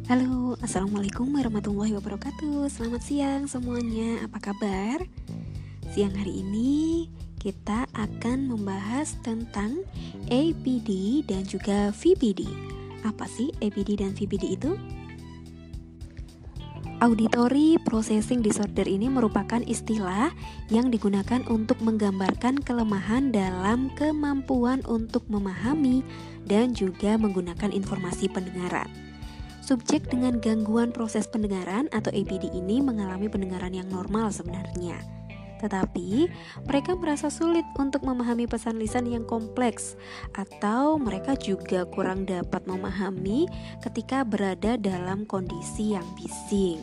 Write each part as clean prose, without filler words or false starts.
Halo, Assalamualaikum warahmatullahi wabarakatuh. Selamat siang semuanya, apa kabar? Siang hari ini kita akan membahas tentang APD dan juga VPD. Apa sih APD dan VPD itu? Auditory Processing Disorder ini merupakan istilah yang digunakan untuk menggambarkan kelemahan dalam kemampuan untuk memahami dan juga menggunakan informasi pendengaran. Subjek dengan gangguan proses pendengaran atau APD ini mengalami pendengaran yang normal sebenarnya. Tetapi mereka merasa sulit untuk memahami pesan lisan yang kompleks, atau mereka juga kurang dapat memahami ketika berada dalam kondisi yang bising.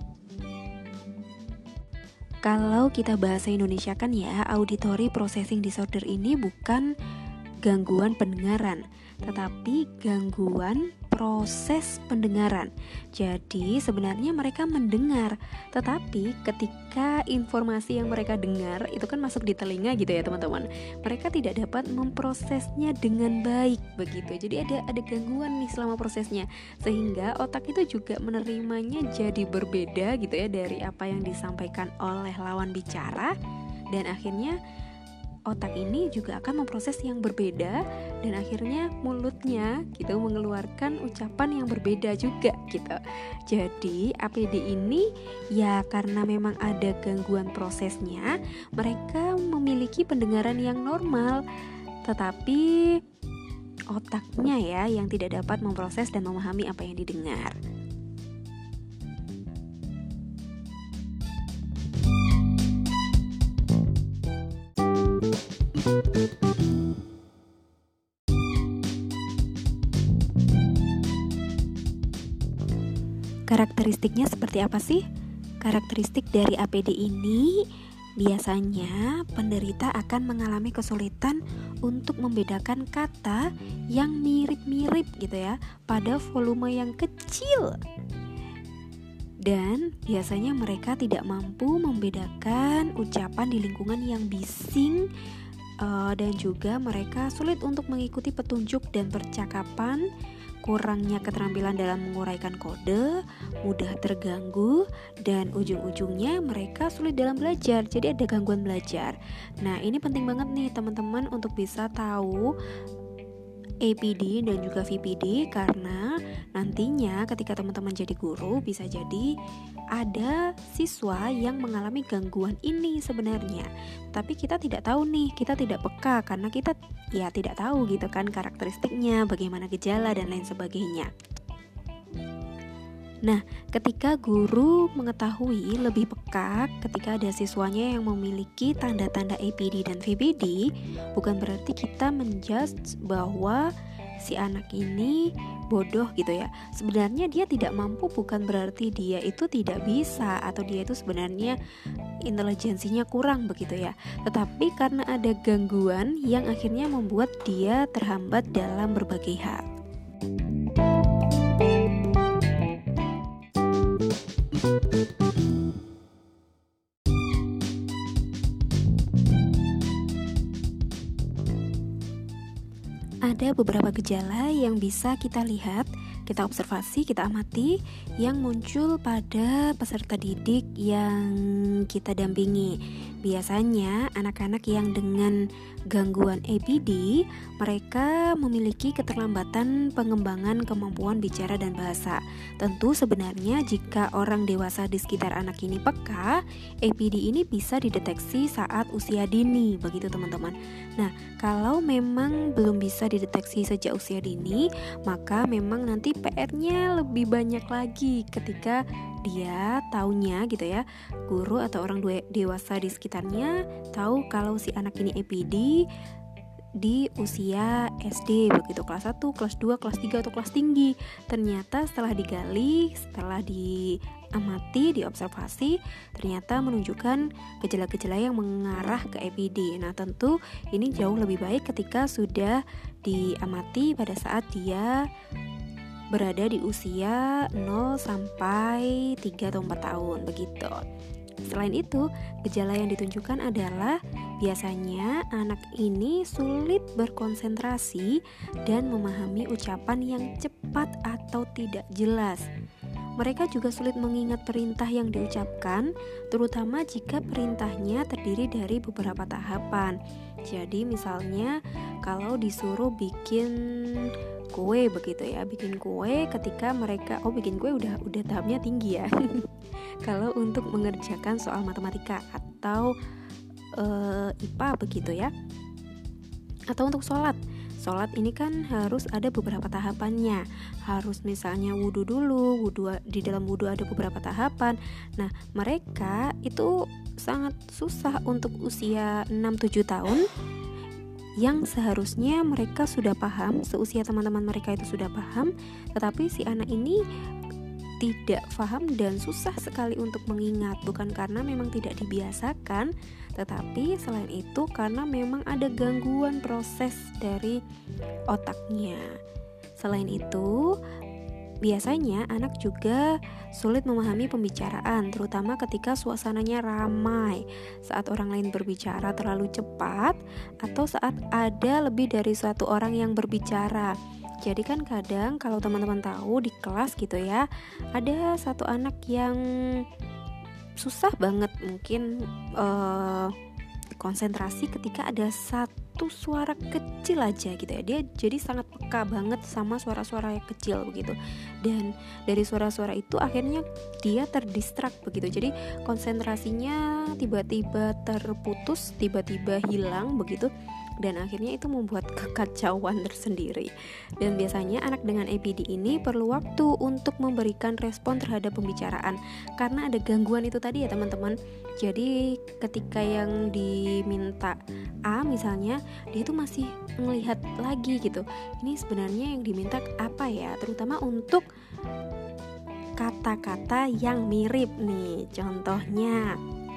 Kalau kita bahasa Indonesia kan ya, Auditory Processing Disorder ini bukan gangguan pendengaran, tetapi gangguan proses pendengaran. Jadi sebenarnya mereka mendengar, tetapi ketika informasi yang mereka dengar itu kan masuk di telinga gitu ya teman-teman, mereka tidak dapat memprosesnya dengan baik begitu. Jadi ada gangguan nih selama prosesnya, sehingga otak itu juga menerimanya jadi berbeda gitu ya dari apa yang disampaikan oleh lawan bicara, dan akhirnya otak ini juga akan memproses yang berbeda, dan akhirnya mulutnya gitu mengeluarkan ucapan yang berbeda juga gitu. Jadi APD ini ya karena memang ada gangguan prosesnya, mereka memiliki pendengaran yang normal, tetapi otaknya ya yang tidak dapat memproses dan memahami apa yang didengar. Karakteristiknya seperti apa sih? Karakteristik dari APD ini biasanya penderita akan mengalami kesulitan untuk membedakan kata yang mirip-mirip gitu ya pada volume yang kecil. Dan biasanya mereka tidak mampu membedakan ucapan di lingkungan yang bising, dan juga mereka sulit untuk mengikuti petunjuk dan percakapan, kurangnya keterampilan dalam menguraikan kode, mudah terganggu, dan ujung-ujungnya mereka sulit dalam belajar. Jadi ada gangguan belajar. Nah, ini penting banget nih teman-teman untuk bisa tahu APD dan juga VPD, karena nantinya ketika teman-teman jadi guru bisa jadi ada siswa yang mengalami gangguan ini sebenarnya, tapi kita tidak tahu nih, kita tidak peka karena kita ya tidak tahu gitu kan karakteristiknya, bagaimana gejala dan lain sebagainya. Nah, ketika guru mengetahui lebih peka ketika ada siswanya yang memiliki tanda-tanda APD dan VPD, bukan berarti kita menjudge bahwa si anak ini bodoh gitu ya. Sebenarnya dia tidak mampu bukan berarti dia itu tidak bisa atau dia itu sebenarnya intelijensinya kurang begitu ya. Tetapi karena ada gangguan yang akhirnya membuat dia terhambat dalam berbagai hal. Ada beberapa gejala yang bisa kita lihat, kita observasi, kita amati yang muncul pada peserta didik yang kita dampingi. Biasanya anak-anak yang dengan gangguan APD, mereka memiliki keterlambatan pengembangan kemampuan bicara dan bahasa. Tentu sebenarnya jika orang dewasa di sekitar anak ini peka, APD ini bisa dideteksi saat usia dini, begitu teman-teman. Nah, kalau memang belum bisa dideteksi sejak usia dini, maka memang nanti PR-nya lebih banyak lagi ketika dia taunya gitu ya, guru atau orang dewasa di sekitarnya tahu kalau si anak ini APD di usia SD begitu, kelas 1, kelas 2, kelas 3 atau kelas tinggi. Ternyata setelah digali, setelah diamati, diobservasi, ternyata menunjukkan gejala-gejala yang mengarah ke APD. Nah, tentu ini jauh lebih baik ketika sudah diamati pada saat dia berada di usia 0 sampai 3 atau 4 tahun begitu. Selain itu, gejala yang ditunjukkan adalah biasanya anak ini sulit berkonsentrasi dan memahami ucapan yang cepat atau tidak jelas. Mereka juga sulit mengingat perintah yang diucapkan, terutama jika perintahnya terdiri dari beberapa tahapan. Jadi misalnya kalau disuruh bikin kue begitu ya, bikin kue ketika mereka bikin kue udah tahapnya tinggi ya. Kalau untuk mengerjakan soal matematika atau IPA begitu ya. Atau untuk sholat ini kan harus ada beberapa tahapannya. Harus misalnya wudhu dulu, di dalam wudhu ada beberapa tahapan. Nah, mereka itu sangat susah untuk usia 6-7 tahun yang seharusnya mereka sudah paham, seusia teman-teman mereka itu sudah paham, tetapi si anak ini tidak paham dan susah sekali untuk mengingat, bukan karena memang tidak dibiasakan, tetapi selain itu karena memang ada gangguan proses dari otaknya. Selain itu, biasanya anak juga sulit memahami pembicaraan, terutama ketika suasananya ramai, saat orang lain berbicara terlalu cepat, atau saat ada lebih dari satu orang yang berbicara. Jadi kan kadang kalau teman-teman tahu di kelas gitu ya, ada satu anak yang susah banget mungkin konsentrasi ketika ada satu suara kecil aja gitu ya. Dia jadi sangat peka banget sama suara-suara yang kecil begitu. Dan dari suara-suara itu akhirnya dia terdistrak begitu. Jadi konsentrasinya tiba-tiba terputus, tiba-tiba hilang begitu. Dan akhirnya itu membuat kekacauan tersendiri. Dan biasanya anak dengan APD ini perlu waktu untuk memberikan respon terhadap pembicaraan karena ada gangguan itu tadi ya teman-teman. Jadi ketika yang diminta A misalnya, dia itu masih melihat lagi gitu, ini sebenarnya yang diminta apa ya, terutama untuk kata-kata yang mirip nih. Contohnya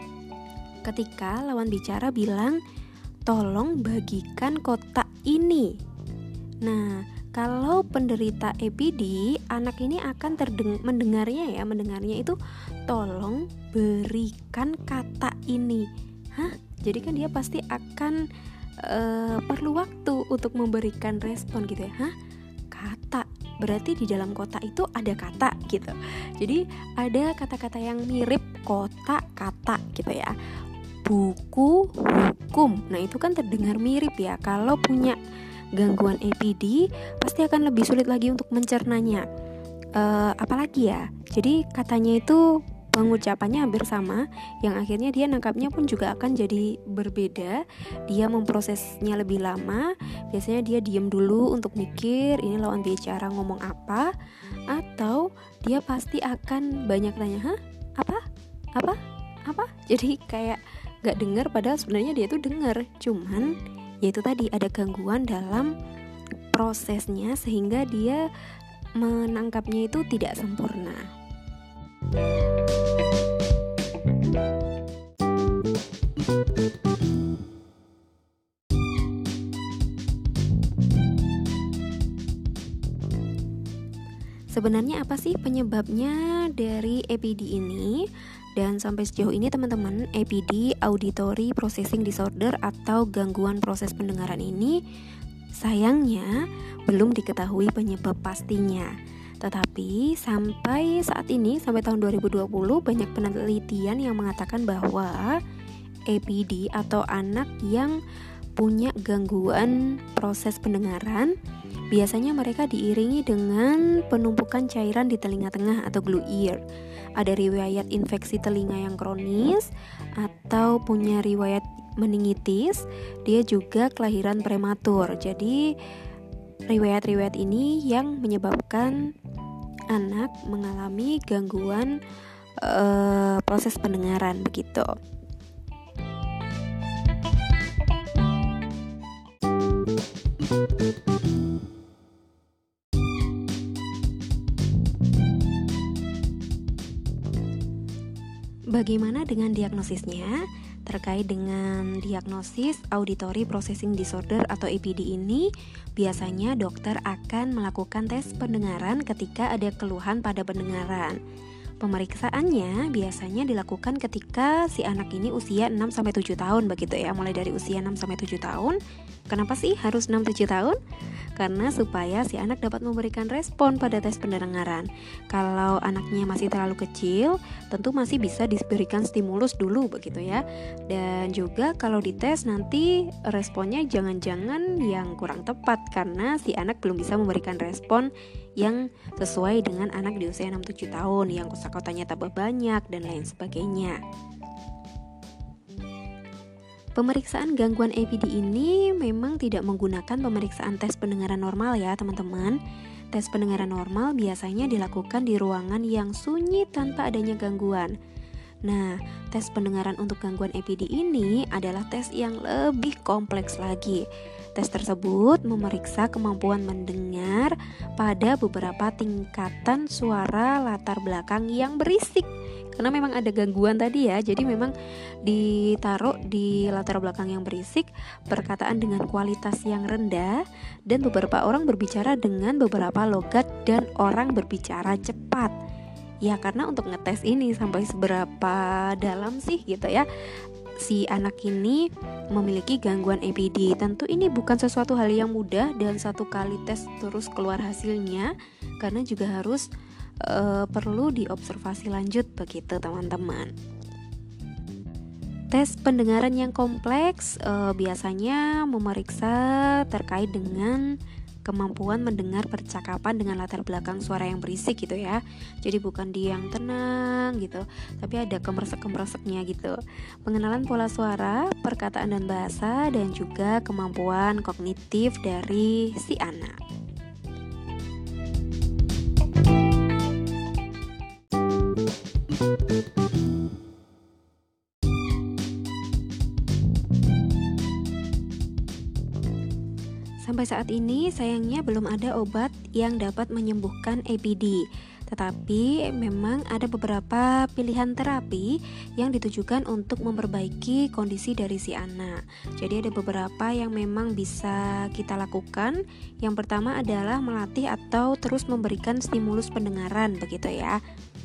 ketika lawan bicara bilang, tolong bagikan kotak ini. Nah, kalau penderita APD, anak ini akan mendengarnya itu tolong berikan kata ini. Jadi kan dia pasti akan perlu waktu untuk memberikan respon gitu ya. Kata, berarti di dalam kotak itu ada kata gitu. Jadi ada kata-kata yang mirip kotak kata gitu ya. Buku, hukum. Nah itu kan terdengar mirip ya. Kalau punya gangguan APD pasti akan lebih sulit lagi untuk mencernanya. Apalagi ya, jadi katanya itu pengucapannya hampir sama, yang akhirnya dia nangkapnya pun juga akan jadi berbeda. Dia memprosesnya lebih lama. Biasanya dia diam dulu untuk mikir ini lawan bicara ngomong apa, atau dia pasti akan banyak tanya, apa? Jadi kayak gak dengar padahal sebenarnya dia tuh dengar, cuman yaitu tadi ada gangguan dalam prosesnya sehingga dia menangkapnya itu tidak sempurna. Sebenarnya apa sih penyebabnya dari APD ini? Dan sampai sejauh ini teman-teman, APD, Auditory Processing Disorder atau gangguan proses pendengaran ini sayangnya belum diketahui penyebab pastinya. Tetapi sampai saat ini, sampai tahun 2020, banyak penelitian yang mengatakan bahwa APD atau anak yang punya gangguan proses pendengaran, biasanya mereka diiringi dengan penumpukan cairan di telinga tengah atau glue ear. Ada riwayat infeksi telinga yang kronis atau punya riwayat meningitis. Dia juga kelahiran prematur. Jadi riwayat-riwayat ini yang menyebabkan anak mengalami gangguan proses pendengaran begitu. Bagaimana dengan diagnosisnya? Terkait dengan diagnosis Auditory Processing Disorder atau APD ini, biasanya dokter akan melakukan tes pendengaran ketika ada keluhan pada pendengaran. Pemeriksaannya biasanya dilakukan ketika si anak ini usia 6-7 tahun begitu ya, mulai dari usia 6-7 tahun. Kenapa sih harus 6-7 tahun? Karena supaya si anak dapat memberikan respon pada tes pendengaran. Kalau anaknya masih terlalu kecil, tentu masih bisa diberikan stimulus dulu begitu ya. Dan juga kalau dites nanti responnya jangan-jangan yang kurang tepat, karena si anak belum bisa memberikan respon yang sesuai dengan anak di usia 6-7 tahun yang kosakatanya tambah banyak dan lain sebagainya. Pemeriksaan gangguan EPD ini memang tidak menggunakan pemeriksaan tes pendengaran normal ya teman-teman. Tes pendengaran normal biasanya dilakukan di ruangan yang sunyi tanpa adanya gangguan. Nah, tes pendengaran untuk gangguan EPD ini adalah tes yang lebih kompleks lagi. Tes tersebut memeriksa kemampuan mendengar pada beberapa tingkatan suara latar belakang yang berisik. Karena memang ada gangguan tadi ya, jadi memang ditaruh di latar belakang yang berisik, perkataan dengan kualitas yang rendah, dan beberapa orang berbicara dengan beberapa logat dan orang berbicara cepat. Ya karena untuk ngetes ini sampai seberapa dalam sih gitu ya si anak ini memiliki gangguan EPD. Tentu ini bukan sesuatu hal yang mudah dan satu kali tes terus keluar hasilnya, karena juga harus perlu diobservasi lanjut begitu teman-teman. Tes pendengaran yang kompleks biasanya memeriksa terkait dengan kemampuan mendengar percakapan dengan latar belakang suara yang berisik gitu ya. Jadi bukan dia yang tenang gitu, tapi ada kemeresek-kemereseknya gitu. Pengenalan pola suara, perkataan dan bahasa, dan juga kemampuan kognitif dari si anak. Sampai saat ini sayangnya belum ada obat yang dapat menyembuhkan EPD. Tetapi memang ada beberapa pilihan terapi yang ditujukan untuk memperbaiki kondisi dari si anak. Jadi ada beberapa yang memang bisa kita lakukan. Yang pertama adalah melatih atau terus memberikan stimulus pendengaran begitu ya.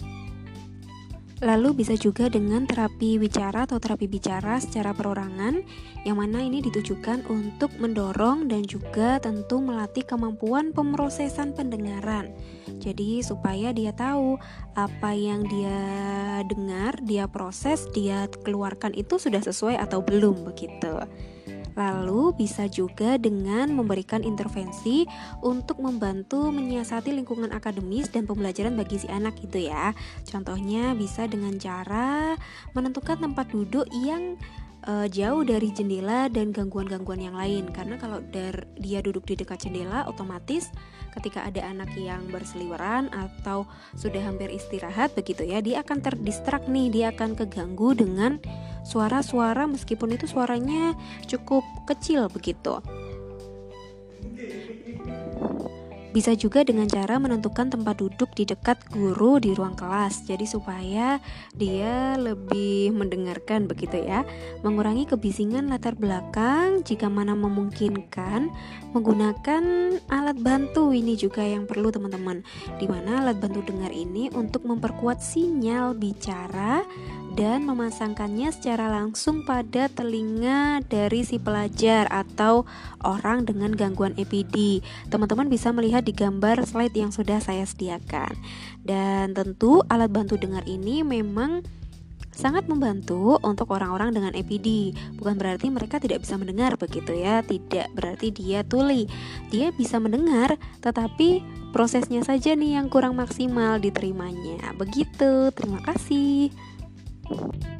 Lalu bisa juga dengan terapi wicara atau terapi bicara secara perorangan, yang mana ini ditujukan untuk mendorong dan juga tentu melatih kemampuan pemrosesan pendengaran. Jadi supaya dia tahu apa yang dia dengar, dia proses, dia keluarkan itu sudah sesuai atau belum begitu. Lalu bisa juga dengan memberikan intervensi untuk membantu menyiasati lingkungan akademis dan pembelajaran bagi si anak gitu ya. Contohnya bisa dengan cara menentukan tempat duduk yang jauh dari jendela dan gangguan-gangguan yang lain. Karena kalau dia duduk di dekat jendela, otomatis ketika ada anak yang berseliweran atau sudah hampir istirahat begitu ya, dia akan terdistrak nih, dia akan keganggu dengan suara-suara meskipun itu suaranya cukup kecil begitu. Bisa juga dengan cara menentukan tempat duduk di dekat guru di ruang kelas, jadi supaya dia lebih mendengarkan begitu ya. Mengurangi kebisingan latar belakang jika mana memungkinkan, menggunakan alat bantu ini juga yang perlu teman-teman, dimana alat bantu dengar ini untuk memperkuat sinyal bicara dan memasangkannya secara langsung pada telinga dari si pelajar atau orang dengan gangguan EPD. Teman-teman bisa melihat di gambar slide yang sudah saya sediakan. Dan tentu alat bantu dengar ini memang sangat membantu untuk orang-orang dengan EPD. Bukan berarti mereka tidak bisa mendengar begitu ya, tidak berarti dia tuli. Dia bisa mendengar, tetapi prosesnya saja nih yang kurang maksimal diterimanya. Begitu, terima kasih.